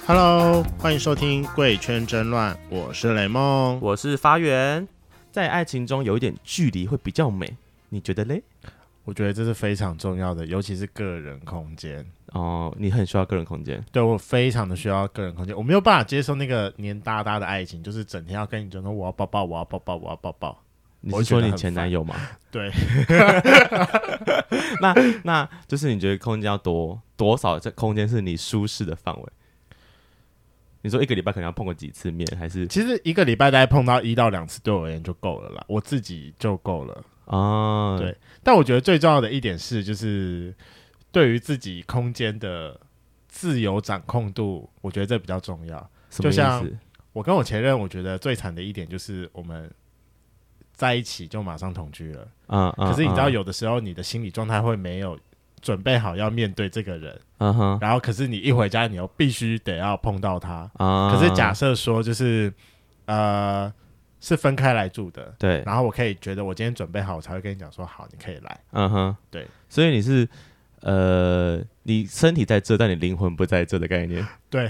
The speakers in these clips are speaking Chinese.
Hello， 欢迎收听《贵圈争乱》，我是雷梦， 我是发源。在爱情中有一点距离会比较美，你觉得嘞？ 我觉得这是非常重要的，尤其是个人空间。 哦，你很需要个人空间。 对，我非常的需要个人空间，我没有办法接受那个黏哒哒的爱情，就是整天要跟你讲说我要抱抱，我要抱抱，我要抱抱。 你是说你前男友吗？ 对。 那就是你觉得空间要多少？这空间是你舒适的范围？你说一个礼拜可能要碰过几次面，还是？ 其实一个礼拜大概碰到1到2次，对我而言就够了啦，我自己就够了。 哦， 对。但我觉得最重要的一点是，就是对于自己空间的自由掌控度，我觉得这比较重要。 什么意思？ 就像我跟我前任，我觉得最惨的一点就是我们在一起就马上同居了。可是你知道，有的时候你的心理状态会没有准备好要面对这个人，然后可是你一回家，你又必须得要碰到他。可是假设说就是是分开来住的， 对， 然后我可以觉得我今天准备好，我才会跟你讲说好，你可以来。对， 所以你是你身体在这，但你灵魂不在这的概念。 对。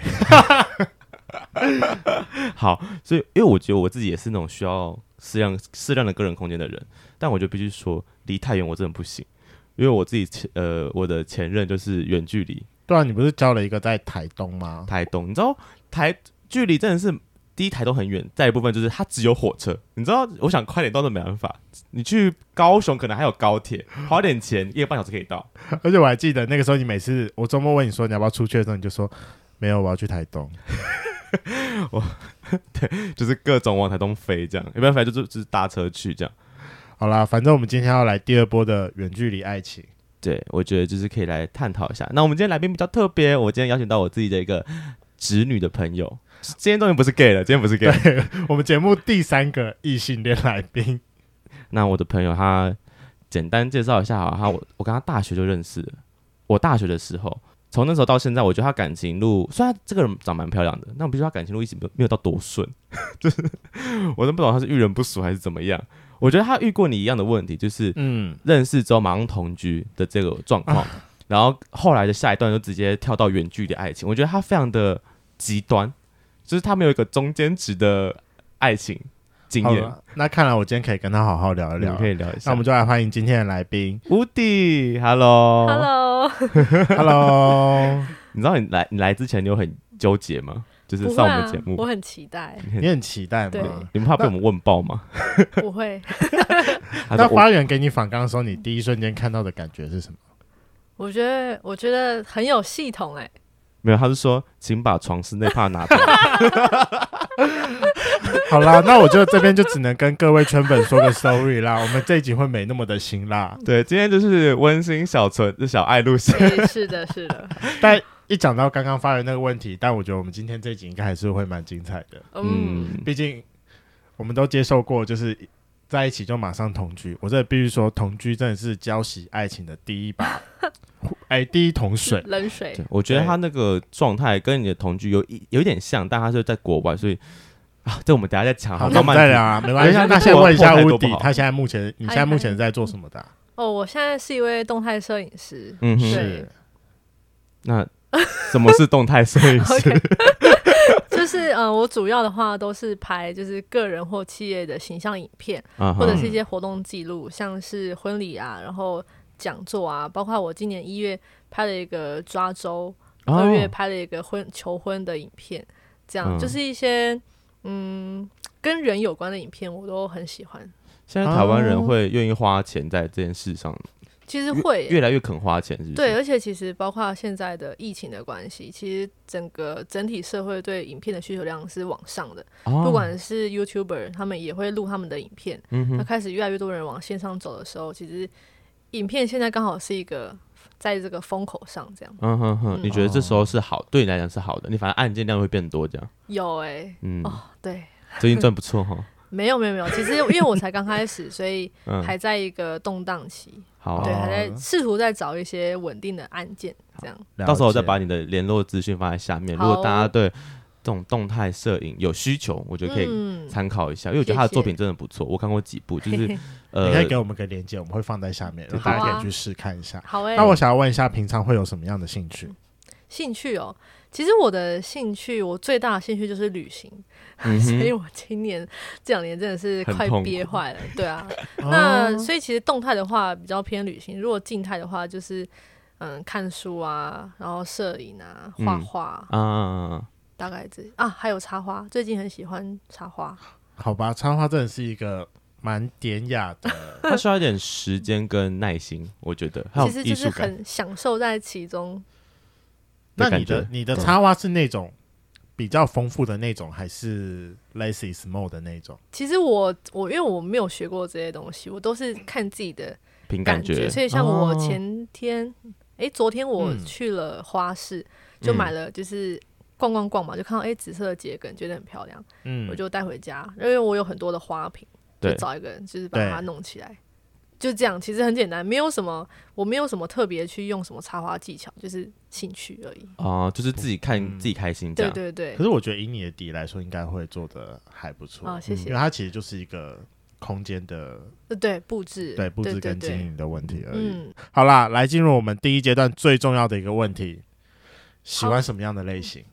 好，所以因为我觉得我自己也是那种需要适量的个人空间的人，但我就必须说离太远我真的不行，因为我自己我的前任就是远距离。 对啊，你不是交了一个在台东吗？ 台东，你知道距离真的是第一，台东很远，再一部分就是它只有火车，你知道，我想快点到都没办法。你去高雄可能还有高铁，花点钱1个半小时可以到。 而且我还记得那个时候，你每次我周末问你说你要不要出去的时候，你就说没有，我要去台东。 对，就是各种往台东飞这样，没办法，就是搭车去这样。 好啦，反正我们今天要来第2波的远距离爱情。 对，我觉得就是可以来探讨一下。那我们今天来宾比较特别，我今天邀请到我自己的一个直女的朋友。今天终于不是 gay 了，今天不是 gay。 对，我们节目第3个异性恋来宾。 那我的朋友他简单介绍一下好了，我跟他大学就认识了。我大学的时候，从那时候到现在，我觉得他感情路虽然这个人长蛮漂亮的，但我必须说他感情路一直没有到多顺，就是我都不懂他是遇人不淑还是怎么样。我觉得他遇过你一样的问题，就是认识之后马上同居的这个状况，然后后来的下一段就直接跳到远距离爱情。我觉得他非常的极端，就是他没有一个中间值的爱情经验。 那看来我今天可以跟他好好聊一聊， 可以聊一下。 那我们就来欢迎今天的来宾乌迪 ，Hello， 你知道你来之前你有很纠结吗？就是上我们节目， 我很期待。 你很期待吗？ 你们怕被我们问爆吗？ 不会。 那花园给你访纲的时候，你第一瞬间看到的感觉是什么？ 我觉得很有系统欸。 没有，他是说请把床室内帕拿掉。 好啦，那我就这边就只能跟各位圈粉说个 sorry 啦，我们这一集会没那么的辛辣。 对，今天就是温馨小爱路线。 是的。 但一讲到刚刚发的那个问题，但我觉得我们今天这一集应该还是会蛮精彩的。毕竟我们都接受过，就是在一起就马上同居。我这必须说，同居真的是浇熄爱情的第一桶水， 冷水。 我觉得他那个状态跟你的同居有一点像，但他是在国外，所以这我们等一下再讲。 好，慢慢再聊啊，没关系。那先问一下乌迪，你现在目前在做什么的？ 我现在是一位动态摄影师。 是。 那什么是动态摄影师？ 就是我主要的话都是拍就是个人或企业的形象影片，或者是一些活动记录，像是婚礼啊，然后讲座啊，包括我今年1月拍了一个抓周，2月拍了一个求婚的影片，这样就是一些跟人有关的影片，我都很喜欢。 现在台湾人会愿意花钱在这件事上， 其实会越来越肯花钱，是不是？ 对，而且其实包括现在的疫情的关系，其实整体社会对影片的需求量是往上的。不管是 YouTuber， 他们也会录他们的影片，那开始越来越多人往线上走的时候，其实影片现在刚好是一个在这个风口上，这样。 你觉得这时候是好，对你来讲是好的？你反正案件量会变多，这样。 有对， 最近赚不错哈。 没有，其实因为我才刚开始，所以还在一个动荡期。对，还在试图在找一些稳定的案件，这样。 到时候我再把你的联络资讯放在下面，如果大家对这种动态摄影有需求，我觉得可以参考一下，因为我觉得他的作品真的不错，我看过几部，就是你可以给我们个连结，我们会放在下面，大家可以去试看一下。 好那我想要问一下，平常会有什么样的兴趣？ 兴趣哦，其实我的兴趣，我最大的兴趣就是旅行，所以我今年这2年真的是快憋坏了，对啊。那所以其实动态的话比较偏旅行，如果静态的话就是看书啊，然后摄影啊，画画大概这还有插花，最近很喜欢插花。 好吧，插花真的是一个蛮典雅的， 它需要一点时间跟耐心，我觉得还有艺术感， 其实就是很享受在其中。 那你的插花是那种比较丰富的那种，还是 lazy small 的那种？ 其实我因为我没有学过这些东西，我都是看自己的凭感觉， 所以像我昨天我去了花市，就买了就是逛嘛，就看到紫色的桔梗，觉得很漂亮，我就带回家，因为我有很多的花瓶，就找一个人就是把它弄起来。就这样，其实很简单，我没有什么特别去用什么插花技巧，就是兴趣而已。 就是自己看自己开心这样。 对对对。 可是我觉得以你的底来说，应该会做的还不错谢谢。 因为它其实就是一个空间的布置， 布置跟经营的问题而已。好啦，来进入我们第一阶段最重要的一个问题：喜欢什么样的类型？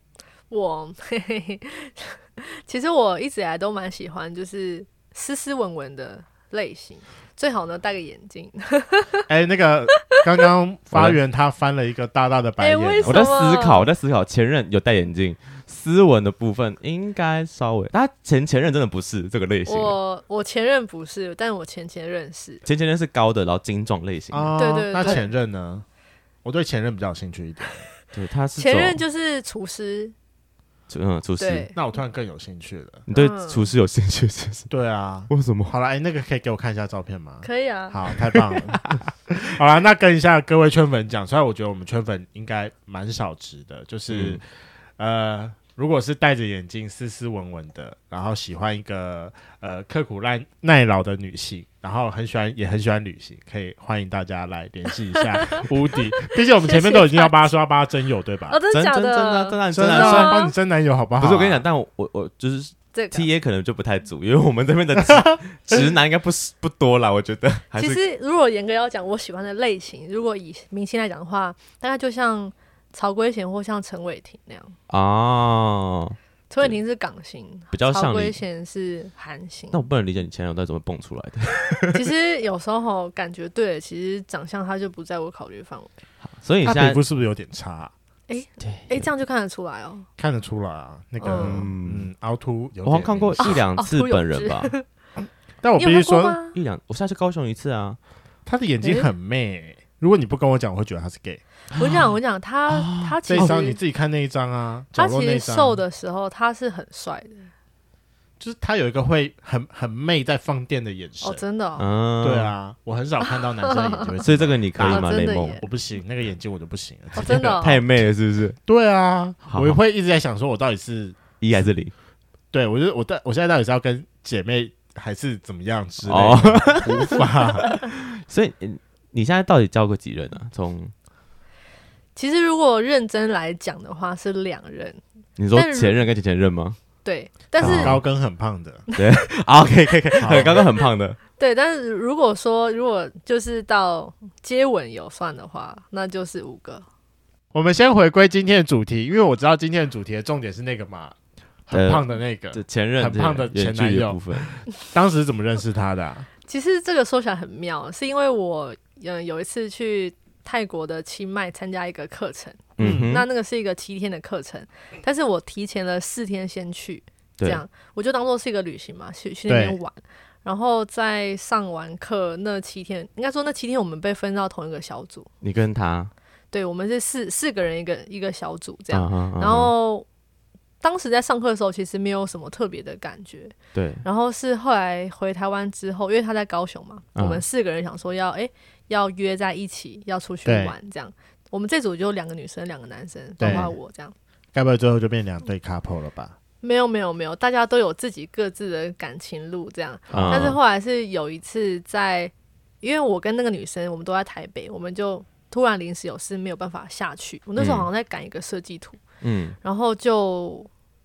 其实我一直以来都蛮喜欢，就是斯斯文文的类型。最好呢，戴个眼镜。 那个刚刚发源他翻了一个大大的白眼。 我在思考，前任有戴眼镜，斯文的部分应该稍微，他前任真的不是这个类型。 我前任不是，但我前任是。 前任是高的，然后精壮类型。 对。 那前任呢？我对前任比较有兴趣一点。 对，他是前任就是厨师。 厨师， 那我突然更有兴趣了。 你对厨师有兴趣是不是？ 对啊， 为什么？ 好了，那个可以给我看一下照片吗？ 可以啊。 好，太棒了。好了，那跟一下各位圈粉讲，虽然我觉得我们圈粉应该蛮少值的，就是如果是戴着眼镜、斯斯文文的，然后喜欢一个刻苦耐劳的女性，然后也很喜欢旅行，可以欢迎大家来联系一下乌迪。毕竟我们前面都已经要帮他征友，对吧？ 真的假的？ 真的帮你征男友好不好？ 不是我跟你讲，但我就是T A 可能就不太足，因为我们这边的直男应该不多啦，我觉得。 其实如果严格要讲，我喜欢的类型，如果以明星来讲的话，大概就像曹圭贤或像陈伟霆那样。陈伟霆是港星， 比较像曹圭贤是韩星。 那我不能理解你前男友怎么蹦出来的。 其实有时候感觉对了，其实长相他就不在我考虑范围。 所以你现在皮肤是不是有点差？ 这样就看得出来哦。 看得出来啊，那个凹凸有点。 我好像看过1-2次本人吧。 但我必须说我下去高雄1次啊。 他的眼睛很媚。如果你不跟我讲，我会觉得他是 gay。 我讲他其实这一张你自己看那一张啊， 他其实瘦的时候他是很帅的， 就是他有一个会很媚在放电的眼神。 真的。 对啊，我很少看到男生的眼睛， 所以这个你可以吗？雷梦， 我不行，那个眼睛我就不行了。 真的太媚了，是不是？ 对啊，我会一直在想说，我到底是一还是0？ 对，我现在到底是要跟姐妹还是怎么样之类的，无法。 所以你现在到底交过几任啊？ 其实如果认真来讲的话，是2任。 你说前任跟前任吗？ 对，但是高跟很胖的。 对，可以，高跟很胖的。 对，但是如果就是到接吻有算的话，那就是5个。 我们先回归今天的主题，因为我知道今天的主题的重点是那个嘛，很胖的那个前任， 很胖的前男友部分。当时怎么认识他的啊？ 其实这个说起来很妙，是因为我有一次去泰国的清迈参加一个课程，那个是一个7天的课程，但是我提前了4天先去，这样我就当做是一个旅行嘛，去那边玩。然后在上完课那7天，应该说那7天我们被分到同一个小组。 你跟他？ 对，我们是4个人一个小组这样。然后当时在上课的时候，其实没有什么特别的感觉。 对。 然后是后来回台湾之后，因为他在高雄嘛，我们4个人想说要约在一起，要出去玩这样。我们这组就2个女生，2个男生，包括我这样。 该不会最后就变2对 couple 了吧？ 没有，大家都有自己各自的感情路这样。但是后来是有一次因为我跟那个女生我们都在台北，我们就突然临时有事没有办法下去。我那时候好像在赶一个设计图，然后就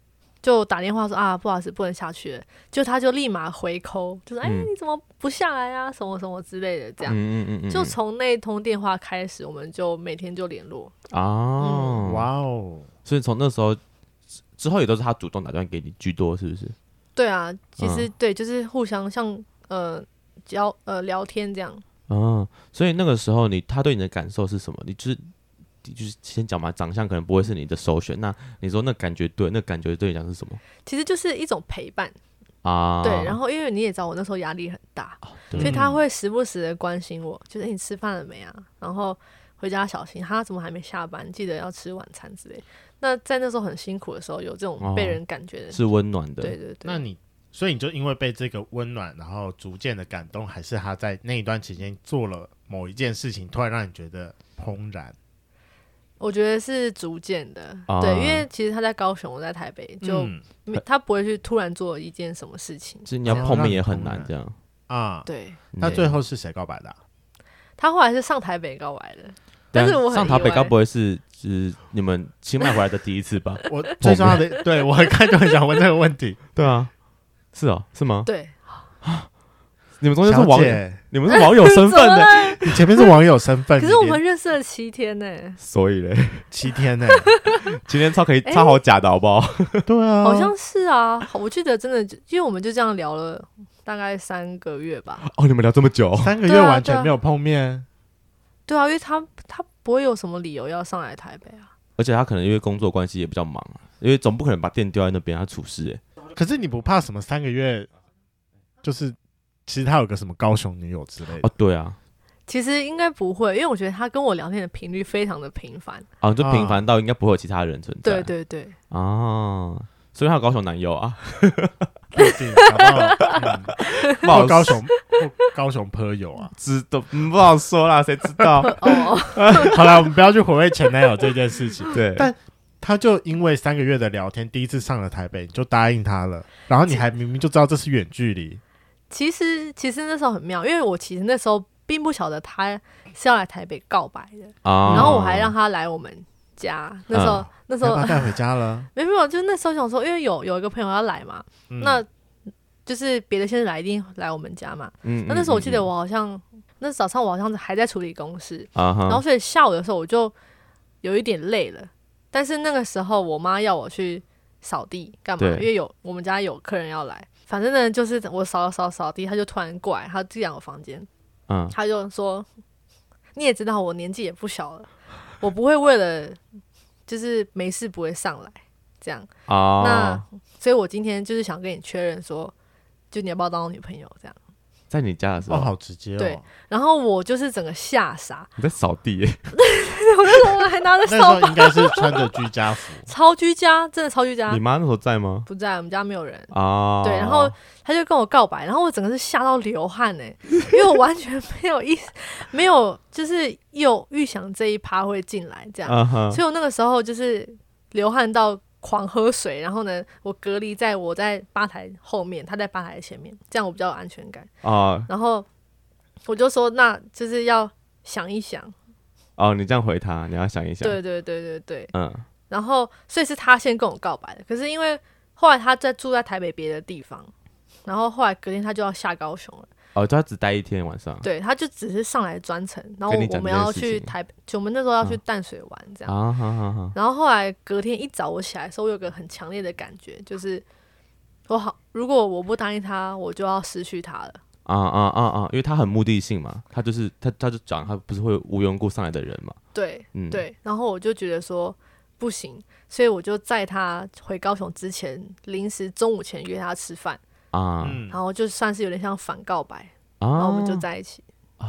就打电话说啊，不好意思，不能下去了。就他就立马回扣，就说哎，你怎么不下来啊？什么什么之类的，这样。就从那一通电话开始，我们就每天就联络。 哦， 哇哦！ 所以从那时候之后也都是他主动打电话给你居多，是不是？ 对啊，其实对，就是互相像聊天这样。 所以那个时候他对你的感受是什么？你就是先讲嘛，长相可能不会是你的首选。那你说那感觉对，那感觉对你讲是什么？ 其实就是一种陪伴啊。 对，然后因为你也知道我那时候压力很大，所以他会时不时的关心我，就是你吃饭了没啊？然后回家小心，他怎么还没下班？记得要吃晚餐之类。那在那时候很辛苦的时候，有这种被人感觉的， 是温暖的。 对对对。 那所以你就因为被这个温暖，然后逐渐的感动，还是他在那一段期间做了某一件事情，突然让你觉得怦然？ 我觉得是逐渐的，对，因为其实他在高雄，我在台北，就他不会去突然做一件什么事情， 就是你要碰面也很难这样啊。 对， 那最后是谁告白的？ 他后来是上台北告白的，但是我很上台北该不会是你们清迈回来的第一次吧？ 我最重要的，对我一看就很想问这个问题。 对啊，是哦，是吗？ 对。 你们中间是网友，你们是网友身份的， 你前面是网友身份， 可是我们认识了7天呢。 所以嘞 ，7天呢 ，7天超好假的好不好？ 对啊， 好像是啊，我记得真的，因为我们就这样聊了大概3个月吧。 哦，你们聊这么久 ，3个月完全没有碰面。 对啊，因为他不会有什么理由要上来台北啊， 而且他可能因为工作关系也比较忙啊，因为总不可能把店丢在那边他处事可是你不怕什么3个月就是其实他有个什么高雄女友之类的？ 哦，对啊， 其实应该不会，因为我觉得他跟我聊天的频率非常的频繁。 哦，就频繁到应该不会有其他人存在。 对对对。 哦，所以他有高雄男友啊？ 不一定，不好高雄颇友啊， 不好说啦，谁知道？ 好啦，我们不要去回味前男友这件事情。 对， 但他就因为3个月的聊天，第一次上了台北，你就答应他了，然后你还明明就知道这是远距离。 其实那时候很妙，因为我其实那时候并不晓得他是要来台北告白的，然后我还让他来我们家。那时候把他带回家了， 没有，就那时候想说，因为有一个朋友要来嘛，那就是别的先生来一定来我们家嘛。那时候我记得我好像那早上我好像还在处理公事，然后所以下午的时候我就有一点累了，但是那个时候我妈要我去扫地干嘛？因为我们家有客人要来。反正呢，就是我扫地，他就突然过来，他进来我房间，他就说：“你也知道我年纪也不小了，我不会为了就是没事不会上来这样。那所以我今天就是想跟你确认说，就你要不要当我女朋友这样。” 在你家的时候， 好直接哦。 对，然后我就是整个吓傻。 你在扫地耶？ 我那时候还拿着扫把。 那时候应该是穿着居家服， 超居家，真的超居家。 你妈那时候在吗？ 不在，我们家没有人啊。对，然后他就跟我告白，然后我整个是吓到流汗因为我完全没有就是有预想这一趴会进来这样，所以我那个时候就是流汗到狂喝水，然后呢，我隔离在我在吧台后面，他在吧台前面，这样我比较有安全感然后我就说，那就是要想一想。 你这样回他，你要想一想。 对对对对对，然后所以是他先跟我告白的，可是因为后来他住在台北别的地方，然后后来隔天他就要下高雄了。 他只待1天晚上。 对，他就只是上来专程，然后我们要去台北，就我们那时候要去淡水玩这样。然后后来隔天一早我起来的时候，我有个很强烈的感觉，就是如果我不答应他，我就要失去他了。 因为他很目的性嘛，他就讲他不是会无缘无故上来的人嘛。 对，对，然后我就觉得说不行，所以我就在他回高雄之前，临时中午前约他吃饭然后就算是有点像反告白然后我们就在一起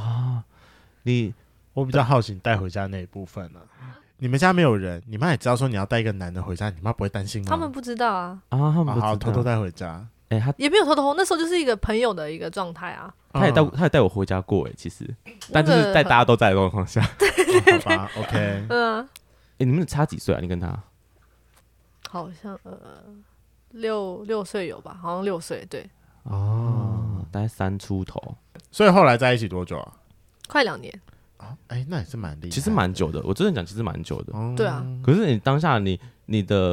我比较好奇你带回家那一部分了。你们家没有人，你妈也知道说你要带一个男的回家，你妈不会担心吗？ 他们不知道他们不知道， 偷偷带回家。 也没有偷，那时候就是一个朋友的一个状态啊。 他也带我回家过其实，但就是在大家都在的状况下。 对好吧 ，OK。 你们差几岁啊？你跟他？ 好像6岁有吧？好像6岁，对。 大概3出头。 所以后来在一起多久啊？ 快2年。 那也是蛮厉害的， 其实蛮久的。我真的讲，其实蛮久的。 对啊。 可是你当下你的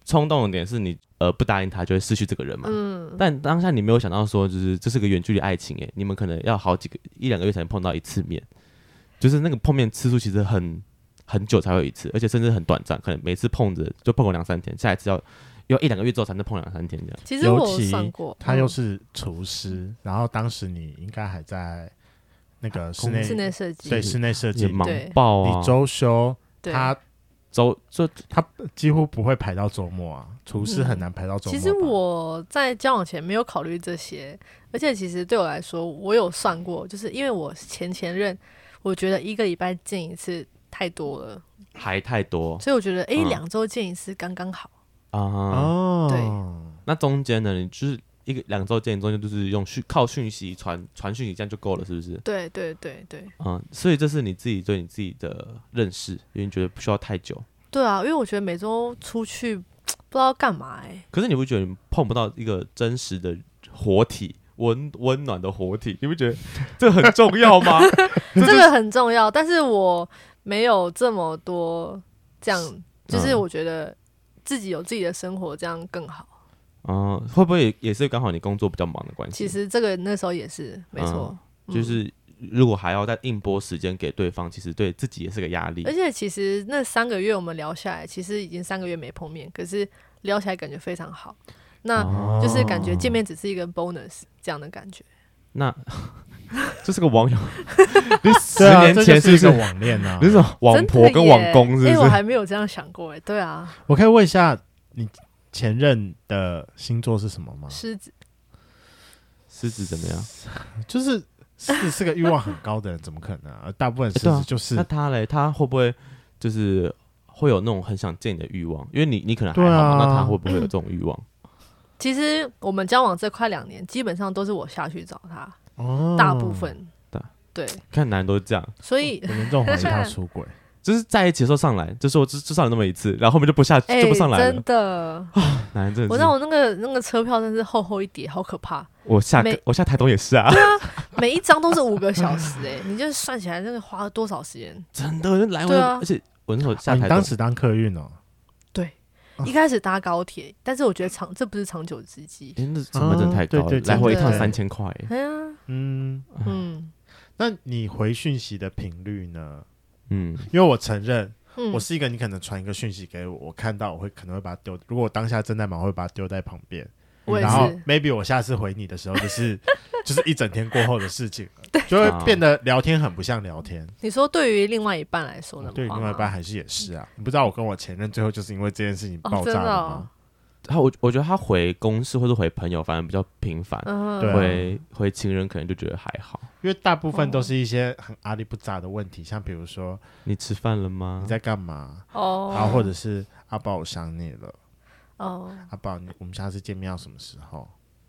冲动的点是你不答应他就会失去这个人嘛。但当下你没有想到说，就是这是个远距离爱情你们可能要一两个月才能碰到一次面，就是那个碰面次数其实很久才会有一次，而且甚至很短暂，可能每次碰着就碰个2-3天，下一次要1-2个月之后才能碰2-3天这样。 其实我算过， 他又是厨师，然后当时你应该还在那个室内设计，对，室内设计忙爆啊， 你周休他几乎不会排到周末啊，厨师很难排到周末。 其实我在交往前没有考虑这些，而且其实对我来说，我有算过，就是因为我前任，我觉得1个礼拜见一次太多了， 还太多， 所以我觉得2周见一次刚刚好啊。 对， 那中间呢，你就是2周见，中间就是用靠讯息传讯息，这样就够了，是不是？ 对。 所以这是你自己对你自己的认识，因为你觉得不需要太久。 对啊，因为我觉得每周出去不知道干嘛可是你不觉得你碰不到一个真实的活体？温暖的活体，你不觉得这很重要吗？ 这个很重要，但是我没有这么多这样，就是我觉得自己有自己的生活，这样更好。 会不会也是刚好你工作比较忙的关系？ 其实这个那时候也是没错， 就是如果还要再硬拨时间给对方，其实对自己也是个压力。 而且其实那3个月我们聊下来，其实已经3个月没碰面，可是聊起来感觉非常好。那就是感觉见面只是一个 bonus 这样的感觉。 那这是个网友，你10年前是一个网恋啊？ 你是网婆跟网公是不是？ 我还没有这样想过对啊。 我可以问一下你前任的星座是什么吗？ 狮子。 狮子怎么样？ 就是狮子是个欲望很高的人，怎么可能啊？大部分狮子就是。 那他嘞，他会不会就是会有那种很想见你的欲望？因为你可能还好，那他会不会有这种欲望？ 其实我们交往这快2年，基本上都是我下去找他，大部分对， 看男人都是这样， 所以我严重怀疑他出轨。 就是在一起的时候上来，就说就上来那么一次，然后后面就不上来了。 真的， 男人真的是。 我知道我那个车票真是厚一叠，好可怕。 我下台东也是啊。 对啊，每一张都是5个小时你就算起来那个花了多少时间？ 真的来回，而且我那时候下台东， 你当时当客运哦。 对，一开始搭高铁，但是我觉得这不是长久之计， 那成本真的太高了，来回一趟3000块。 对啊， 那你回讯息的频率呢？因为我承认，我是一个你可能传一个讯息给我，我看到我可能会把它丢，如果我当下正在忙，我会把它丢在旁边。然后 maybe 我下次回你的时候，就是一整天过后的事情了，就会变得聊天很不像聊天。 你说对于另外一半来说呢？ 对于另外一半还是也是啊。你不知道我跟我前任最后就是因为这件事情爆炸了吗？ 我觉得他回公司或者回朋友反而比较频繁，回情人可能就觉得还好， 因为大部分都是一些很阿里不杂的问题，像比如说你吃饭了吗？ 你在干嘛？然后或者是阿宝我想你了。阿宝我们下次见面要什么时候？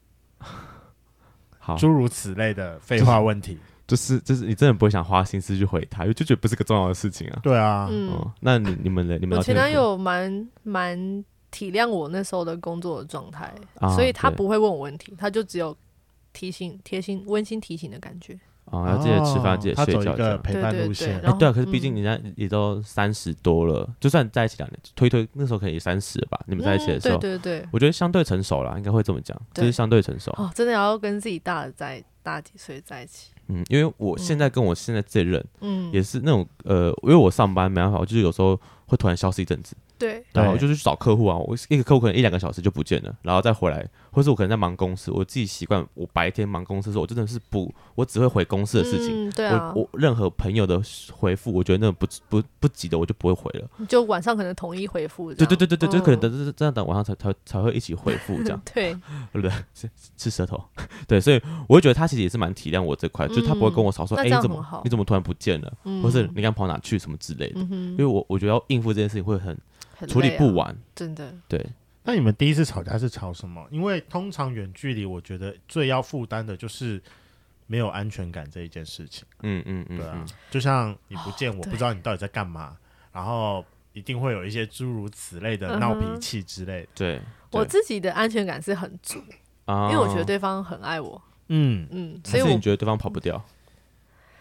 好，诸如此类的废话问题， 就是你真的不会想花心思去回他，因为就觉得不是个重要的事情啊。 对啊， 那你们我前男友蛮体谅我那时候的工作的状态，所以他不会问我问题，他就只有温馨提醒的感觉。 要记得吃饭，记得睡觉， 他走一个陪伴路线。 对啊，可是毕竟人家也都30多了，就算在一起2年，推那时候可能也30了吧？你们在一起的时候， 对， 我觉得相对成熟了，应该会这么讲，就是相对成熟。 真的要跟自己大几岁在一起。 因为我现在跟我现在这任，也是那种因为我上班没办法，我就是有时候会突然消失一阵子。 对， 然后就是去找客户啊，我一个客户可能1-2个小时就不见了，然后再回来，或是我可能在忙公司，我自己习惯我白天忙公司的时候，我真的是我只会回公司的事情。 对啊， 我任何朋友的回复，我觉得那不急的，我就不会回了。 就晚上可能统一回复。 对，就可能这样等晚上才会一起回复这样。 对， 对不对？吃舌头。对，所以我会觉得他其实也是蛮体谅我这块，就是他不会跟我吵说，你怎么突然不见了，或是你刚跑哪去什么之类的。因为我觉得要应付这件事情会很处理不完， 真的。 对， 那你们第一次吵架是吵什么？因为通常远距离，我觉得最要负担的就是没有安全感这一件事情。对啊，就像你不见我，不知道你到底在干嘛，然后一定会有一些诸如此类的闹脾气之类的。 对， 我自己的安全感是很足，因为我觉得对方很爱我。所以你觉得对方跑不掉？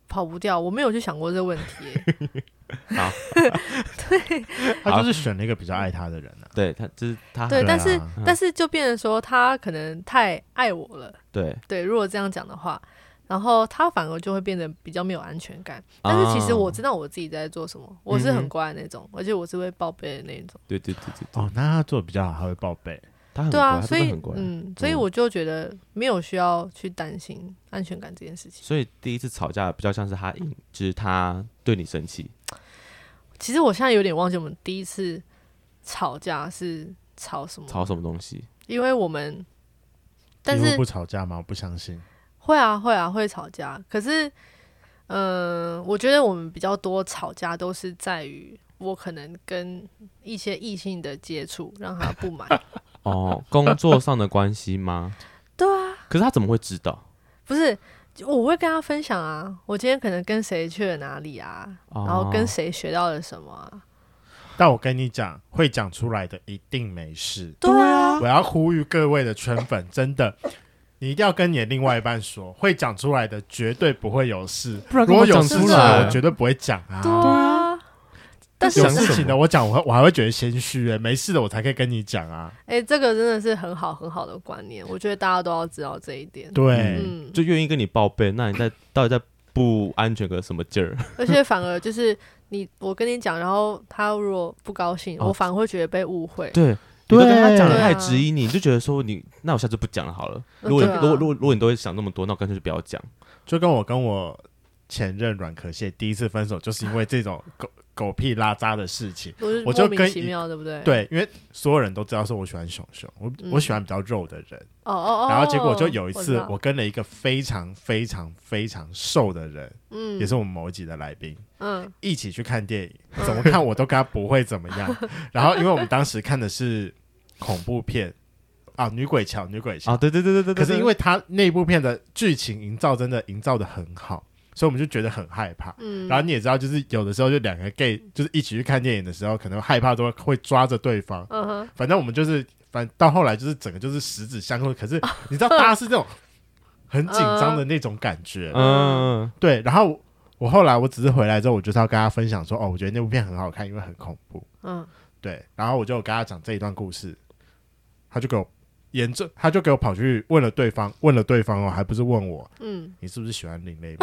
跑不掉，我没有去想过这个问题。 好， 对， 他就是选了一个比较爱他的人啊。 对他就是他， 对， 啊但是就变成说他可能太爱我了。 对， 如果这样讲的话，然后他反而就会变得比较没有安全感。但是其实我知道我自己在做什么，我是很乖的那种，而且我是会报备的那种。 对。 哦，那他做的比较好，他会报备。 他很对啊， 乖， 所以很乖。 所以我就觉得没有需要去担心安全感这件事情。 所以第一次吵架比较像是他赢，就是他对你生气。 其实我现在有点忘记我们第一次吵架是吵什么东西， 因为我们但是不吵架吗？我不相信。 会啊会吵架，可是我觉得我们比较多吵架都是在于我可能跟一些异性的接触让他不满。 哦，工作上的关系吗？ 对啊， 可是他怎么会知道？ 不是，我会跟他分享啊，我今天可能跟谁去了哪里啊，然后跟谁学到了什么啊。 但我跟你讲，会讲出来的一定没事。 对啊， 我要呼吁各位的圈粉，真的，你一定要跟你的另外一半说，会讲出来的绝对不会有事。 不然如果有事出来，我绝对不会讲啊。 对啊。但是有事情的我讲，我还会觉得谦虚没事的我才可以跟你讲啊。 这个真的是很好的观念，我觉得大家都要知道这一点。 对， 就愿意跟你报备，那你到底在不安全个什么劲儿？ 而且反而就是我跟你讲，然后他如果不高兴，我反而会觉得被误会。 对。你都跟他讲了，他还质疑你，你就觉得说那我下次不讲了好了。如果你都会想那么多，那我干脆就不要讲。 就跟我前任软壳蟹第一次分手，就是因为这种狗屁拉渣的事情，我就莫名其妙，对不对？ 对，因为所有人都知道说我喜欢熊熊，我喜欢比较肉的人。然后结果就有一次，我跟了一个非常非常非常瘦的人，也是我们某一集的来宾，一起去看电影，怎么看我都跟他不会怎么样。然后因为我们当时看的是恐怖片啊，女鬼桥啊， 对。 可是因为他那部片的剧情营造真的营造的很好。所以我们就觉得很害怕，然后你也知道，就是有的时候就两个 gay 就是一起去看电影的时候，可能害怕都会抓着对方，反正我们就是到后来就是整个就是十指相扣，可是你知道大家是这种很紧张的那种感觉，对。然后我后来我只是回来之后，我就是要跟他分享说，我觉得那部片很好看，因为很恐怖，对。然后我就跟他讲这一段故事，他就给我跑去问了对方还不是问我，你是不是喜欢另类帽？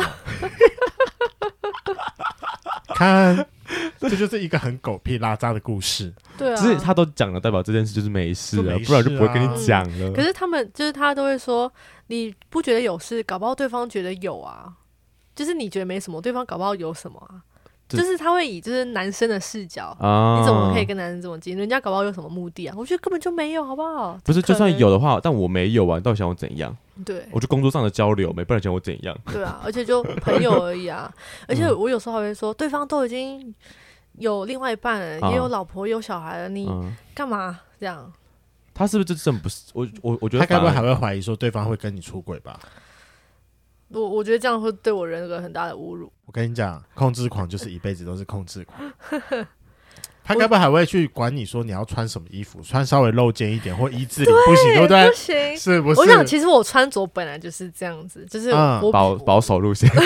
看，这就是一个很狗屁拉渣的故事。 对啊， 只是他都讲了，代表这件事就是没事了，不然就不会跟你讲了。 可是他们就是他都会说，你不觉得有事，搞不好对方觉得有啊。就是你觉得没什么，对方搞不好有什么啊。就是他会以就是男生的视角，你怎么可以跟男生这么近？人家搞不好有什么目的啊？我觉得根本就没有，好不好？ 不是，就算有的话，但我没有啊，你到底想我怎样？ 对， 我就工作上的交流，不然想我怎样？ 对啊，而且就朋友而已啊。而且我有时候还会说，对方都已经有另外一半了，也有老婆有小孩了，你干嘛这样？ 他是不是这真不是？我觉得他该不会还会怀疑说对方会跟你出轨吧？ 我觉得这样会对我人格很大的侮辱。 我跟你讲，控制狂就是一辈子都是控制狂。他该不会还会去管你说你要穿什么衣服，穿稍微露肩一点或一字领不行，对不对？ 不行， 是不是？ 我想其实我穿着本来就是这样子，就是保守路线。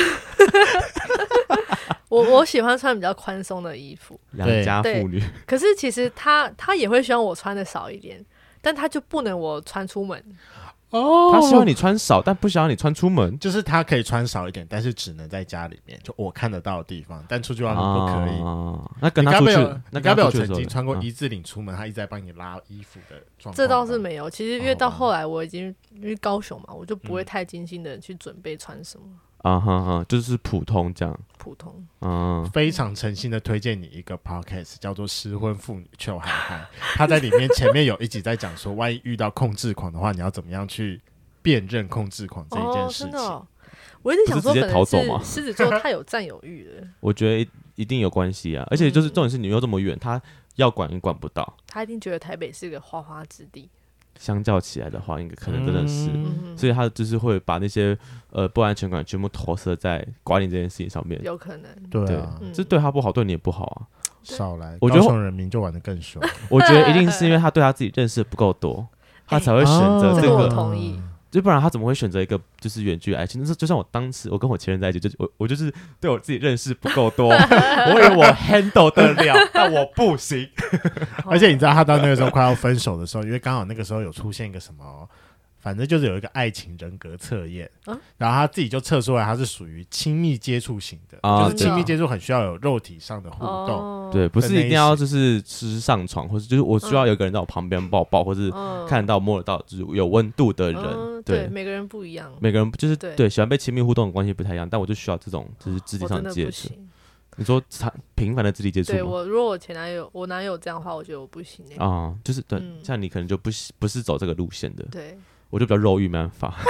我喜欢穿比较宽松的衣服， 良家妇女。 可是其实他也会希望我穿的少一点，但他就不能我穿出门。 他希望你穿少，但不希望你穿出门。 就是他可以穿少一点，但是只能在家里面，就我看得到的地方，但出去外面不可以。 那跟他出去， 你该不会有曾经穿过一字领出门，他一直在帮你拉衣服的状况？ 这倒是没有。其实因为到后来我已经因为高雄嘛，我就不会太精心的去准备穿什么。 就是普通这样， 普通。 非常诚心的推荐你一个 podcast， 叫做《失婚妇女糗海涵》。他在里面前面有一集在讲说，万一遇到控制狂的话，你要怎么样去辨认控制狂这一件事情。 真的我一直想说，可能是狮子座太有占有欲了。 我觉得一定有关系啊，而且就是重点是你又这么远，他要管也管不到。 他一定觉得台北是个花花之地。 相较起来的话，应该可能真的是，所以他就是会把那些不安全感全部投射在管理这件事情上面。 有可能， 对啊， 这对他不好，对你也不好啊。 少来， 我觉得高雄人民就玩得更凶。 我觉得一定是因为他对他自己认识不够多，他才会选择这个。 我同意。 就不然他怎么会选择一个就是远距离爱情？就像我当时我跟我前任在一起，我就是对我自己认识不够多，我以为我 handle 得了，但我不行。 而且你知道他到那个时候快要分手的时候，因为刚好那个时候有出现一个什么。反正就是有一个爱情人格测验，然后他自己就测出来他是属于亲密接触型的，就是亲密接触很需要有肉体上的互动， 对，不是一定要就是上床，或者就是我需要有个人在我旁边抱抱，或是看得到摸得到，就是有温度的人。 对，每个人不一样， 每个人就是对喜欢被亲密互动的关系不太一样，但我就需要这种就是肢体上的接触。你说频繁的肢体接触吗？ 对，如果我男友这样的话，我觉得我不行就是对，像你可能就不是走这个路线的， 对。 我就比较肉欲，没办法。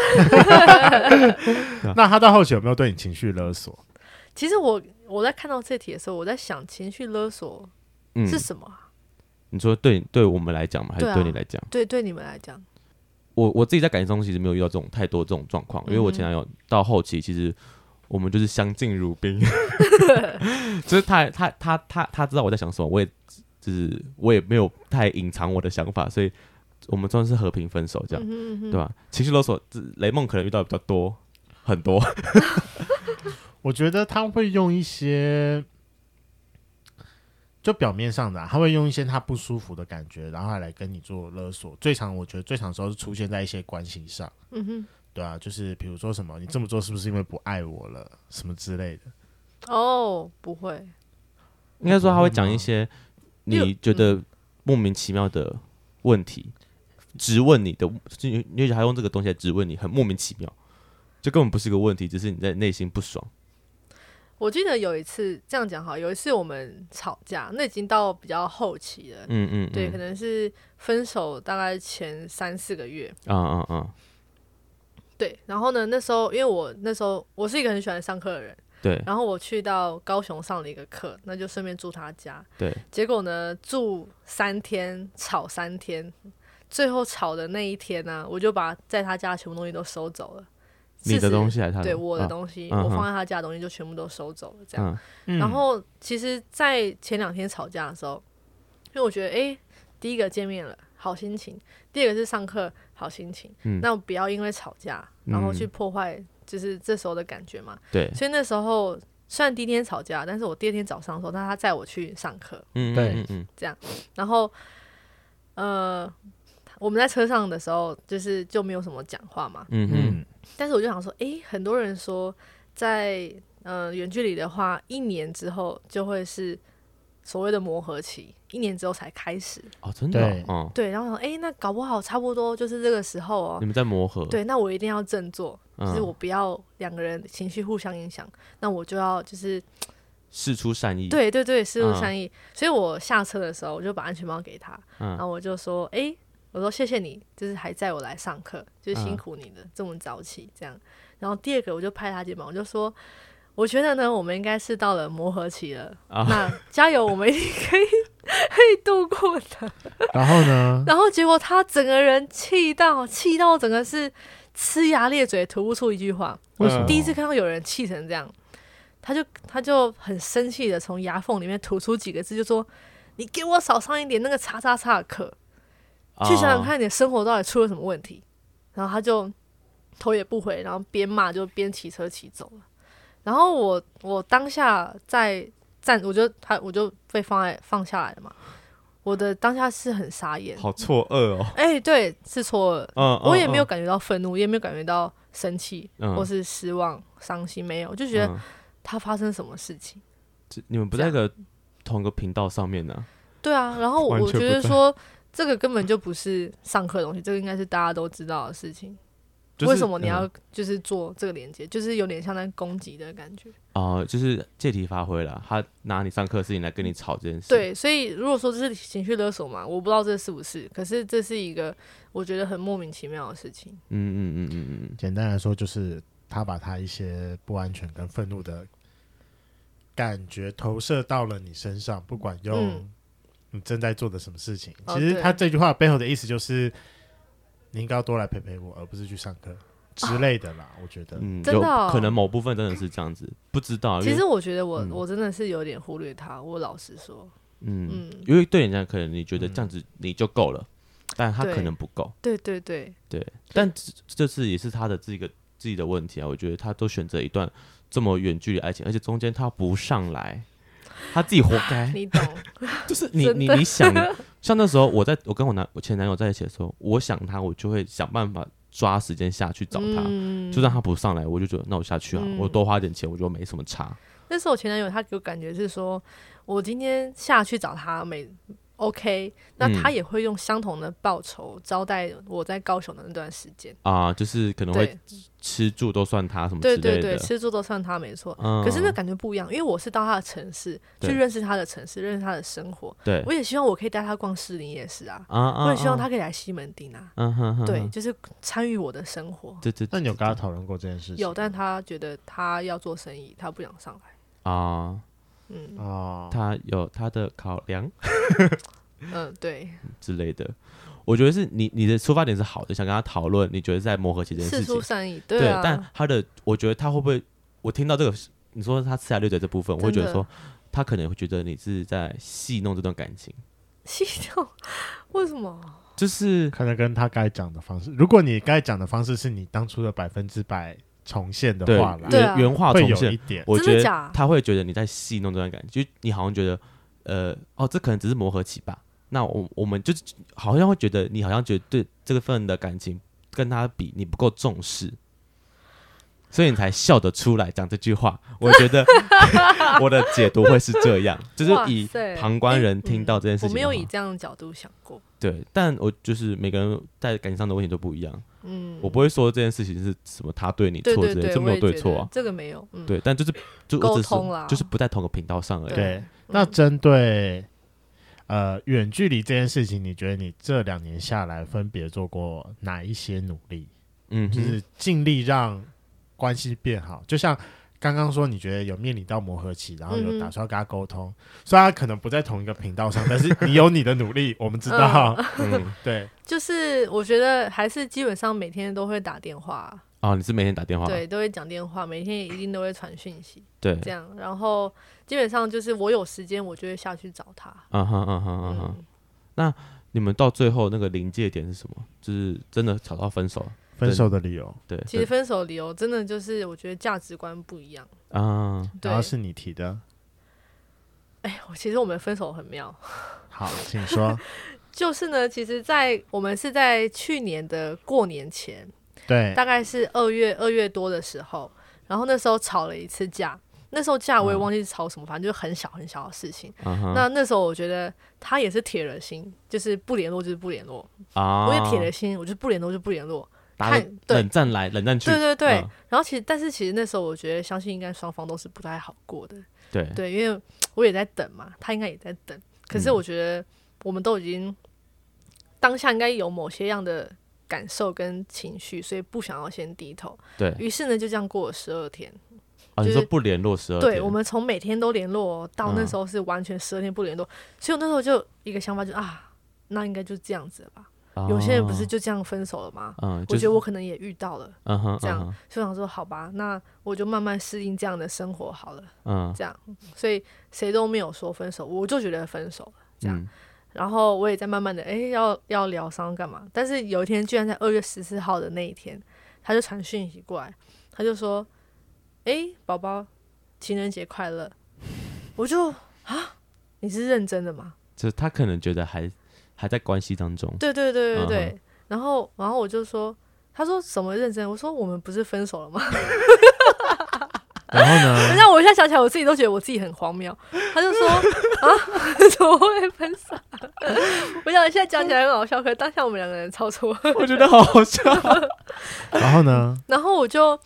那他到后期有没有对你情绪勒索？ 其实我在看到这题的时候，我在想情绪勒索是什么啊？ 你说对我们来讲吗？还是对你来讲？ 对你们来讲， 我自己在感情中其实没有遇到太多这种状况，因为我前男友到后期其实我们就是相敬如宾，就是他知道我在想什么，我也没有太隐藏我的想法，所以。我们算是和平分手，这样，对吧？情绪勒索，雷梦可能遇到比较多，很多。 我觉得他会用一些，就表面上的，他会用一些他不舒服的感觉，然后来跟你做勒索。我觉得最常的时候是出现在一些关系上，对啊，就是比如说什么，你这么做是不是因为不爱我了，什么之类的。 不会， 应该说他会讲一些你觉得莫名其妙的问题。质问你的，而且还用这个东西来质问你，很莫名其妙，就根本不是个问题，只是你在内心不爽。 我记得有一次这样讲好，有一次我们吵架，那已经到比较后期了，对，可能是分手大概前3-4个月，对，然后呢，那时候因为我是一个很喜欢上课的人， 对， 然后我去到高雄上了一个课，那就顺便住他家， 对， 结果呢住3天，吵3天。最后吵的那一天呢，我就把在他家的全部东西都收走了。 你的东西还是他的？ 对，我的东西，我放在他家的东西就全部都收走了，这样。然后其实，在前2天吵架的时候，因为我觉得，第一个见面了，好心情；第二个是上课，好心情。那不要因为吵架，然后去破坏，就是这时候的感觉嘛。 对。 所以那时候虽然第一天吵架，但是我第二天早上的时候，他载我去上课。 对， 这样，然后我们在车上的时候，就没有什么讲话嘛。但是我就想说，很多人说在远距离的话，1年之后就会是所谓的磨合期，1年之后才开始。 真的？ 对，然后那搞不好差不多就是这个时候哦。 你们在磨合？ 对，那我一定要振作，就是我不要2个人情绪互相影响，那我就要就是释出善意。 对，释出善意。所以我下车的时候，我就把安全帽给他，然后我就说，我说谢谢你，就是还载我来上课，就是辛苦你了，这么早起这样。然后第二个我就拍他肩膀，我就说，我觉得呢，我们应该是到了磨合期了，那加油，我们一定可以度过的。 然后呢？ 然后结果他整个人气到整个是呲牙咧嘴，吐不出一句话。我第一次看到有人气成这样，他就很生气的从牙缝里面吐出几个字，就说：“你给我少上一点那个叉叉叉的课。”去想想看你的生活到底出了什么问题。然后他就头也不回，然后边骂就边骑车骑走了。然后我当下在站，我就被放下来了嘛。我的当下是很傻眼， 好错愕哦。 对，是错愕。我也没有感觉到愤怒，也没有感觉到生气，或是失望、伤心，没有，就觉得他发生什么事情。 你们不在同一个频道上面呢？ 对啊，然后我觉得说。这个根本就不是上课的东西，这个应该是大家都知道的事情。为什么你要就是做这个连接，就是有点像在攻击的感觉就是借题发挥了，他拿你上课的事情来跟你吵这件事。 对，所以如果说这是情绪勒索嘛，我不知道这是不是，可是这是一个我觉得很莫名其妙的事情。 简单来说，就是他把他一些不安全跟愤怒的感觉投射到了你身上，不管用你正在做的什么事情。其实他这句话背后的意思就是，你应该要多来陪陪我，而不是去上课之类的啦。我觉得， 真的可能某部分真的是这样子，不知道。 其实我觉得我真的是有点忽略他，我老实说， 因为对你来讲，可能你觉得这样子你就够了， 但他可能不够。 对对对对，但这次也是他的自己的问题啊。我觉得他都选择一段这么远距离爱情，而且中间他不上来，他自己活该。 你懂？ 就是你想，像那时候我跟我前男友在一起的时候，我想他，我就会想办法抓时间下去找他，就算他不上来，我就觉得那我下去啊，我多花点钱，我觉得没什么差。 那时候我前男友他给我感觉是说，我今天下去找他OK， 那他也会用相同的报酬招待我在高雄的那段时间啊，就是可能会吃住都算他什么之类的。 对对对，吃住都算他没错。可是那感觉不一样，因为我是到他的城市去认识他的城市，认识他的生活。对，我也希望我可以带他逛士林夜市啊，我也希望他可以来西门町啊。对，就是参与我的生活。 那你有跟他讨论过这件事情？ 有，但他觉得他要做生意，他不想上来啊。 他有他的考量， 对之类的。我觉得是你的出发点是好的，想跟他讨论，你觉得在磨合期这件事情， 释出善意，对啊。 但我觉得他会不会，我听到这个，你说他吃来掠嘴这部分，我会觉得说，他可能会觉得你是在戏弄这段感情。戏弄？为什么？ 就是可能跟他该讲的方式，如果你该讲的方式是你当初的100%重现的话啦， 原话重现一点， 我觉得他会觉得你在戏弄这段感情，就你好像觉得，这可能只是磨合期吧。那我们就好像会觉得你好像觉得对这份的感情跟他比，你不够重视，所以你才笑得出来讲这句话。我觉得我的解读会是这样，就是以旁观人听到这件事情， 我没有以这样的角度想过。 对，但我就是每个人在感情上的问题都不一样。我不会说这件事情是什么他对你错之类的，这没有对错啊， 这个没有。 对，但就是沟通啦， 就是不在同个频道上而已。 对，那针对远距离这件事情，你觉得你这2年下来分别做过哪一些努力？就是尽力让关系变好，就像刚刚说，你觉得有面临到磨合期，然后有打算跟他沟通，虽然他可能不在同一个频道上，但是你有你的努力，我们知道。对， 就是我觉得还是基本上每天都会打电话。 你是每天打电话？ 对，都会讲电话，每天一定都会传讯息。 对， 这样，然后基本上就是我有时间，我就会下去找他。 那你们到最后那个临界点是什么？就是真的吵到分手？ 分手的理由？ 对， 其实分手的理由真的就是我觉得价值观不一样然后是你提的。 其实我们分手很妙。 好，请说。 就是呢，其实我们是在去年的过年前， 对， 大概是2月多的时候，然后那时候吵了一次架。那时候架我也忘记是吵什么，反正就是很小很小的事情。那时候我觉得他也是铁了心，就是不联络就是不联络。我也铁了心，我就不联络就不联络。 冷战来冷战去。 对对对。然后但是其实那时候我觉得，相信应该双方都是不太好过的。对，因为我也在等嘛，他应该也在等。可是我觉得我们都已经当下应该有某些样的感受跟情绪，所以不想要先低头。 对于是呢，就这样过了12天。 你说不联络12天？ 对，我们从每天都联络到那时候是完全12天不联络，所以我那时候就一个想法，就是那应该就这样子了吧。有些人不是就这样分手了吗？我觉得我可能也遇到了，这样，所以我想说好吧，那我就慢慢适应这样的生活好了。这样，所以谁都没有说分手，我就觉得分手了，这样。然后我也在慢慢的要疗伤干嘛？但是有一天，居然在2月14号的那一天，他就传讯息过来，他就说：“宝宝，情人节快乐。”我就你是认真的吗？ 就是他可能觉得还在关系当中。 对对对对对。然后我就说，他说什么认真？我说我们不是分手了吗？ 然后呢？ 让我现在想起来，我自己都觉得我自己很荒谬。他就说怎么会分手？我想现在讲起来很好笑，可是当下我们2个人超错， 我觉得好好笑。 然后呢？ 然后我就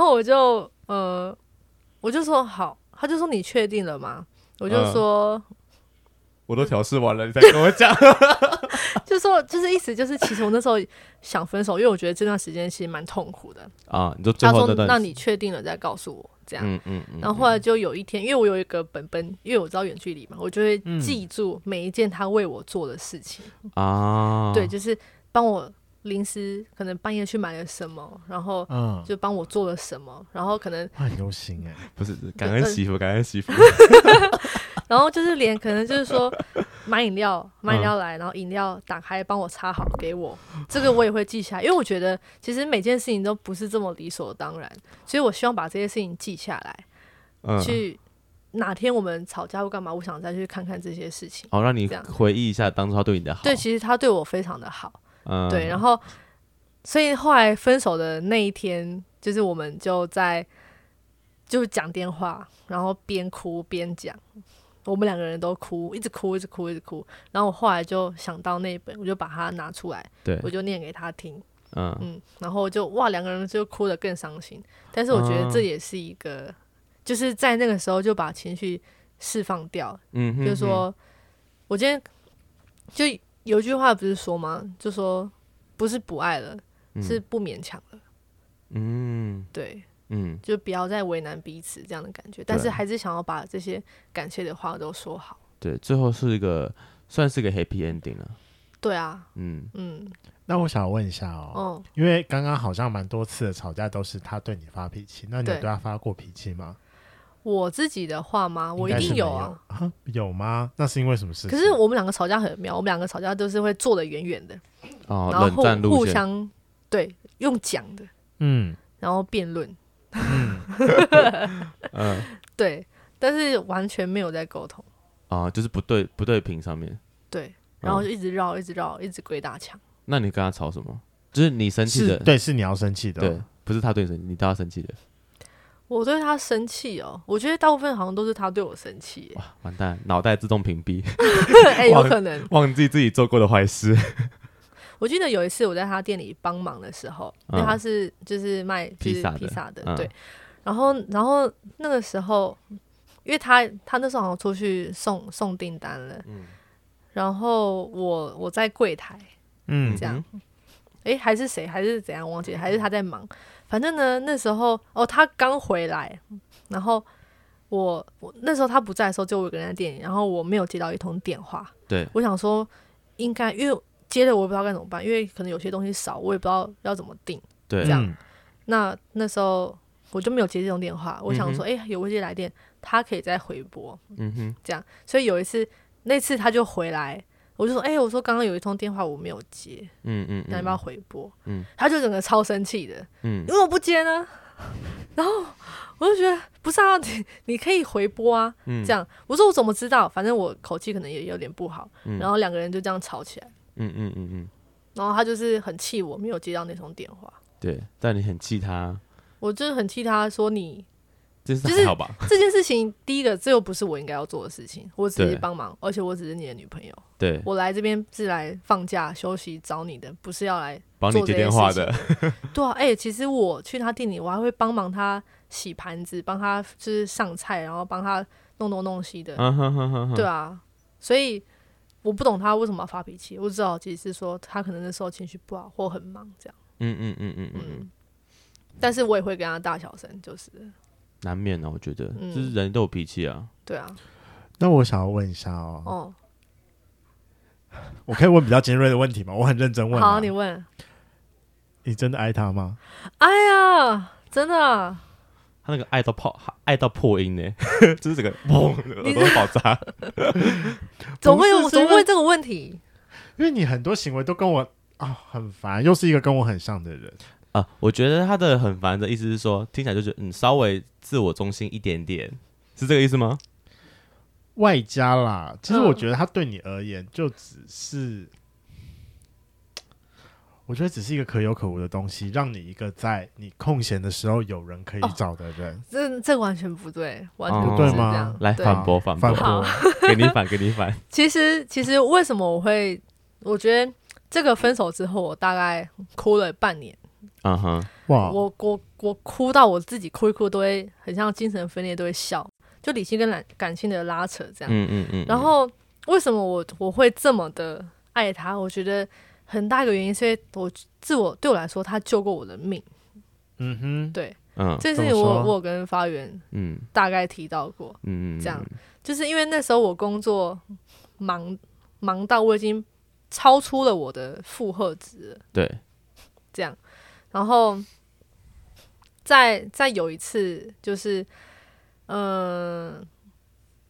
说好，他就说你确定了吗？我就说。 我都调试完了，你才跟我讲。 就是意思就是，其实我那时候想分手，因为我觉得这段时间其实蛮痛苦的你说最后那段， 那你确定了再告诉我，这样。然后后来就有一天，因为我有一个本本，因为我知道远距离嘛，我就会记住每一件他为我做的事情对，就是帮我临时可能半夜去买了什么，然后就帮我做了什么，然后可能很用心不是感恩媳妇，感恩媳妇。 然后就是连可能就是说买饮料来，然后饮料打开帮我插好给我，这个我也会记下来，因为我觉得其实每件事情都不是这么理所当然，所以我希望把这些事情记下来，去哪天我们吵架或干嘛，我想再去看看这些事情， 让你回忆一下当初他对你的好。 对，其实他对我非常的好，对，然后所以后来分手的那一天，就是我们就讲电话，然后边哭边讲。我们2个人都哭，一直哭。然后我后来就想到那本，我就把它拿出来，我就念给他听。然后就2个人就哭得更伤心。但是我觉得这也是一个，就是在那个时候就把情绪释放掉。就是说我今天就有一句话不是说吗？就说不是不爱了，是不勉强了。对。就不要再为难彼此这样的感觉，但是还是想要把这些感谢的话都说好。对， 最后是算是个 happy ending 了。 对啊， 那我想问一下因为刚刚好像蛮多次的吵架都是他对你发脾气，那你有对他发过脾气吗？ 我自己的话吗？我一定有啊。 有吗？那是因为什么事情？ 可是我们2个吵架很妙，我们2个吵架都是会坐得远远的，然后互相对用讲的，然后辩论。对，但是完全没有在沟通就是不对屏上面。 对，然后就一直绕，一直鬼打墙。 那你跟他吵什么？就是你生气的， 对，是你要生气的， 对，不是他对你生气，你对他生气的。 我对他生气我觉得大部分好像都是他对我生气。 哇，完蛋，脑袋自动屏蔽。 有可能忘记自己做过的坏事。 我记得有一次我在他店里帮忙的时候，因为他是就是卖披萨的，对。然后那个时候，因为他那时候好像出去送订单了，然后我在柜台，这样，还是谁还是怎样忘记了，还是他在忙。反正呢，那时候他刚回来，然后我那时候他不在的时候，就我一个人在店里，然后我没有接到一通电话， 对， 我想说应该因为接了我也不知道该怎么办，因为可能有些东西少，我也不知道要怎么订， 对， 这样，那时候我就没有接这种电话，我想说有未接来电，他可以再回拨，这样，所以有一次那次他就回来，我就说我说刚刚有一通电话我没有接，你要不要回拨？他就整个超生气的，因为我不接呢，然后我就觉得不是啊，你可以回拨啊，这样，我说我怎么知道？反正我口气可能也有点不好，然后2个人就这样吵起来，然后他就是很气我没有接到那通电话， 对，但你很气他， 我就是很气他说你。 就是还好吧， 这件事情，第一个，这又不是我应该要做的事情，我只是帮忙，而且我只是你的女朋友。 对， 我来这边是来放假休息找你的，不是要来帮你接电话的。 对啊，其实我去他店里，我还会帮忙他洗盘子，帮他就是上菜，然后帮他弄东弄西的。对啊，所以我不懂他为什么要发脾气，我只好其实是说他可能那时候情绪不好或很忙这样。但是我也会跟他大小声，就是难免我觉得，就是人都有脾气啊。 对啊。 那我想要问一下我可以问比较尖锐的问题吗？我很认真问。 好，你问。 你真的爱他吗？ 哎呀，真的啊。 他那个爱到破音呢，就是整个砰，耳朵爆炸。 怎么会这个问题？ 因为你很多行为都跟我很烦，又是一个跟我很像的人我觉得他的很烦的意思是说，听起来就是稍微自我中心一点点，是这个意思吗？ 外加啦，其实我觉得他对你而言就只是，我觉得只是一个可有可无的东西，让你一个在你空闲的时候有人可以找的人。 这完全不对，完全不对吗？ 来反驳，给你反。 其实为什么我觉得这个分手之后，我大概哭了半年。 哇！ 我哭到我自己哭一哭都会很像精神分裂，都会笑，就理性跟感性的拉扯这样。然后为什么我会这么的爱他？我觉得很大一个原因是因为对我来说，他救过我的命。对，这件事情我有跟发源大概提到过。这样就是因为那时候我工作忙到我已经超出了我的负荷值了。 对， 这样。然后再有一次就是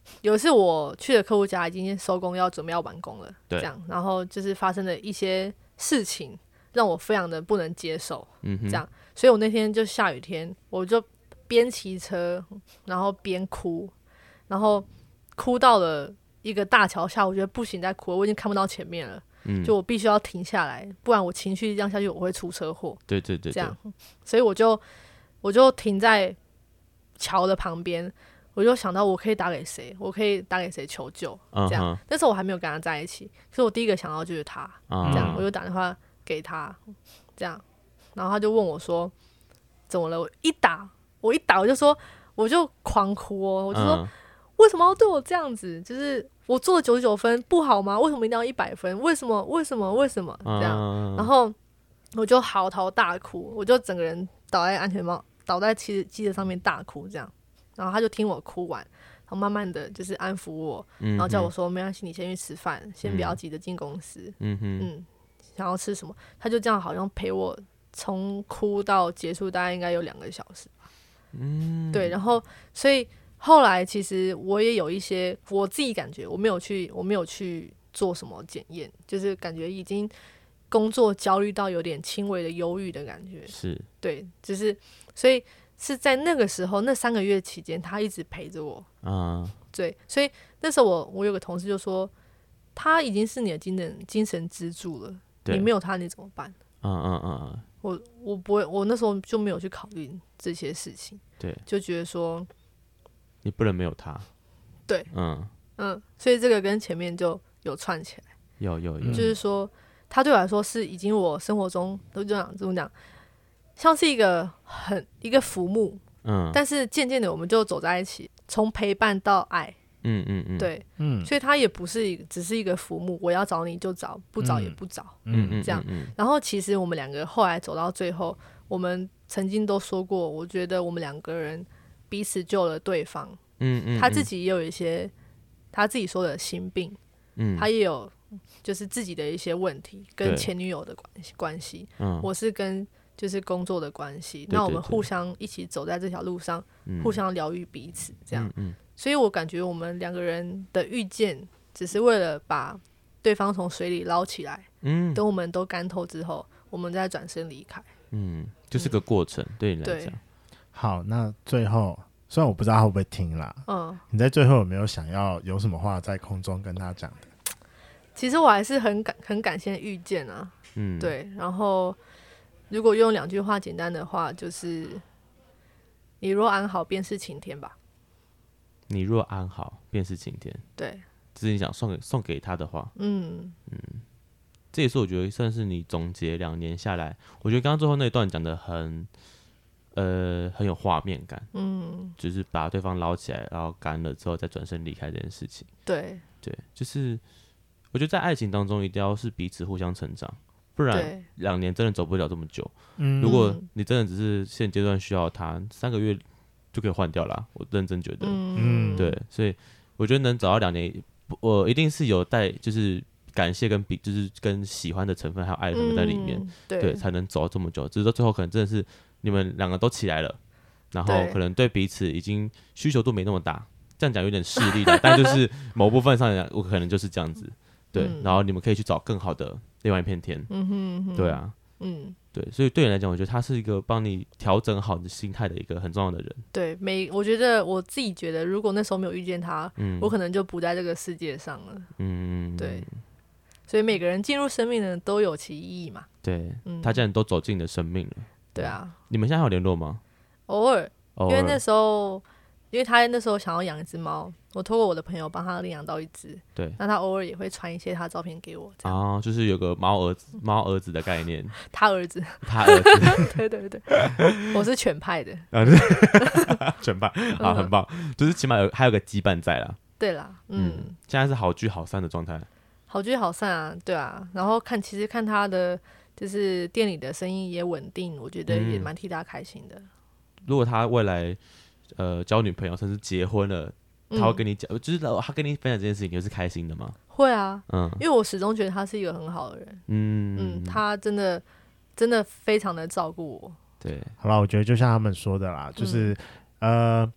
有一次我去的客户家已经收工要准备要完工了， 对， 这样，然后就是发生了一些事情让我非常的不能接受，这样，所以我那天就下雨天，我就边骑车然后边哭，然后哭到了一个大桥下，我觉得不行再哭了，我已经看不到前面了，就我必须要停下来，不然我情绪这样下去我会出车祸， 对对对， 这样，所以我就停在桥的旁边，我就想到我可以打给谁，我可以打给谁求救，这样。那时候我还没有跟他在一起，所以我第一个想到就是他，这样，我就打电话给他，这样，然后他就问我说怎么了？我一打我就说，我就狂哭哦，我就说为什么要对我这样子？就是我做了99分不好吗？为什么一定要100分？为什么这样？然后我就嚎啕大哭，我就整个人倒在机车上面大哭这样。然后他就听我哭完，然后慢慢的就是安抚我，然后叫我说没关系，你先去吃饭，先不要急着进公司。想要吃什么？他就这样好像陪我从哭到结束，大概应该有2个小时吧。对，然后所以后来其实我也有一些我自己感觉我没有去做什么检验，就是感觉已经工作焦虑到有点轻微的忧郁的感觉。 是， 对，就是所以是在那个时候那3个月期间，他一直陪着我。对，所以那时候我有个同事就说，他已经是你的精神支柱了，你没有他你怎么办？我不会，我那时候就没有去考虑这些事情， 对， 就觉得说你不能没有他， 对，所以这个跟前面就有串起来， 有， 就是说他对我来说是已经我生活中都这样怎么讲，像是一个浮木，但是渐渐的我们就走在一起，从陪伴到爱。对，所以他也不是只是一个浮木，我要找你就找，不找也不找，这样。然后其实我们2个后来走到最后，我们曾经都说过，我觉得我们2个人彼此救了对方。他自己也有一些他自己说的心病，他也有就是自己的一些问题，跟前女友的关系，我是跟就是工作的关系，那我们互相一起走在这条路上，互相疗愈彼此，这样。所以我感觉我们2个人的遇见只是为了把对方从水里捞起来，等我们都干透之后，我们再转身离开。 就是个过程，对你来讲。 好，那最后虽然我不知道他会不会听啦，你在最后有没有想要有什么话在空中跟他讲的？ 其实我还是很感谢遇见啊，对。然后如果用2句话简单的话，就是你若安好，便是晴天吧。 你若安好，便是晴天。 对， 这是你想送给他的话。这也是我觉得算是你总结2年下来，我觉得刚刚最后那一段讲的很有画面感。就是把对方捞起来，然后干了之后再转身离开这件事情。 对， 就是我觉得在爱情当中一定要是彼此互相成长，不然2年真的走不了这么久。如果你真的只是现阶段需要他，3个月就可以换掉啦，我认真觉得。对，所以我觉得能找到2年，我一定是有带就是感谢就是跟喜欢的成分还有爱的成分在里面，对，才能走这么久。只是到最后可能真的是你们2个都起来了，然后可能对彼此已经需求度没那么大，这样讲有点势利的，但就是某部分上来讲，我可能就是这样子。对，然后你们可以去找更好的另外一片天。对啊。对，所以对你来讲，我觉得他是一个帮你调整好你的心态的一个很重要的人。 对，我觉得我自己觉得，如果那时候没有遇见他，我可能就不在这个世界上了。对，所以每个人进入生命的都有其意义嘛。 对，他既然都走进你的生命了。 对啊。 你们现在还有联络吗？ 偶尔，因为那时候，因为他那时候想要养一只猫，我透过我的朋友帮他领养到一只。对，那他偶尔也会传一些他的照片给我。 就是有个猫儿子的概念。 他儿子。对对对，我是犬派的。 犬派，好，很棒，就是起码还有个羁绊在啦。 对啦， 现在是好聚好散的状态。 好聚好散啊，对啊。然后其实看他的就是店里的生意也稳定，我觉得也蛮替他开心的。 如果他未来交女朋友甚至结婚了，他会跟你讲，就是他跟你分享这件事情，你是开心的吗？ 会啊，因为我始终觉得他是一个很好的人。他真的非常的照顾我。 对， 好啦，我觉得就像他们说的啦，就是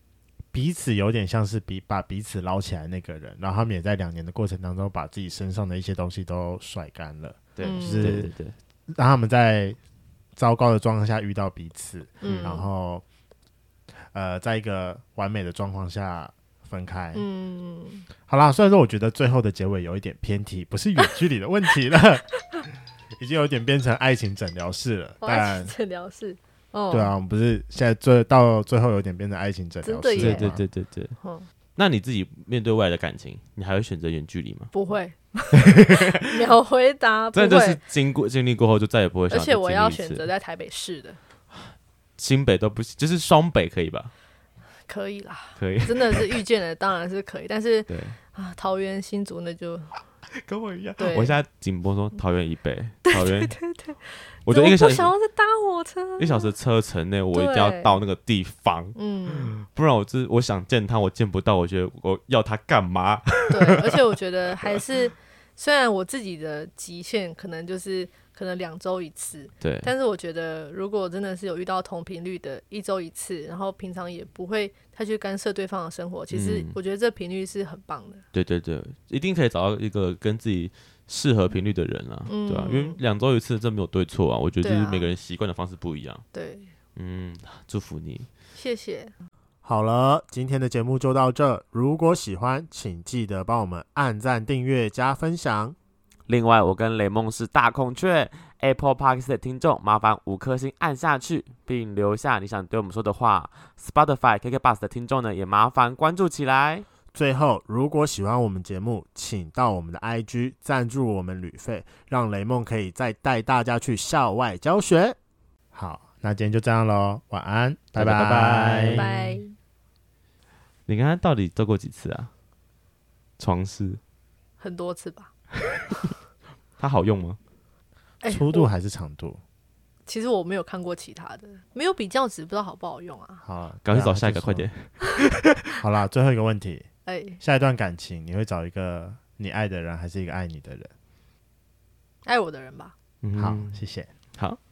彼此有点像是把彼此捞起来那个人，然后他们也在2年的过程当中把自己身上的一些东西都甩干了， 对， 就是让他们在糟糕的状况下遇到彼此，然后在一个完美的状况下分开。好啦，虽然说我觉得最后的结尾有一点偏题，不是远距离的问题了，已经有点变成爱情诊疗室了。 爱情诊疗室， 对啊，我们不是现在到最后有点变成爱情诊疗室了吗？ 对。那你自己面对未来的感情，你还会选择远距离吗？ 不会，秒回答，不会。 这就是经历过后就再也不会想。 而且我要选择在台北市的， 新北都不行，就是双北可以吧？ 可以啦， 可以， 真的是遇见了，当然是可以。但是对桃园新竹那就跟我一样。 我现在紧绷说桃园以北，桃园对， 我觉得1个小时， 我不想要再搭火车 ，1小时的车程内，我一定要到那个地方，不然我想见他，我见不到，我觉得我要他干嘛？ 对，而且我觉得还是，虽然我自己的极限可能2周一次， 对， 但是我觉得如果真的是有遇到同频率的1周一次，然后平常也不会太去干涉对方的生活，其实我觉得这频率是很棒的。 对，一定可以找到一个跟自己适合频率的人啦，对吧？因为2周一次这没有对错啊，我觉得就是每个人习惯的方式不一样。 对， 祝福你， 谢谢。 好了，今天的节目就到这。如果喜欢，请记得帮我们按赞、订阅、加分享。 另外，我跟雷梦是大孔雀 Apple Podcast 的听众，麻烦5颗星按下去，并留下你想对我们说的话。Spotify KKBOX 的听众呢，也麻烦关注起来。 最后，如果喜欢我们节目，请到我们的 IG 赞助我们旅费，让雷梦可以再带大家去校外教学。好，那今天就这样咯，晚安，拜拜。 你刚才到底做过几次啊？床事很多次吧。 它好用吗？ 粗度还是长度？ 其实我没有看过其他的，没有比较值，不知道好不好用啊。 好， 赶快找下一个，快点。 好啦，最后一个问题， 下一段感情你会找一个你爱的人，还是一个爱你的人？ 爱我的人吧。 好，谢谢。 好。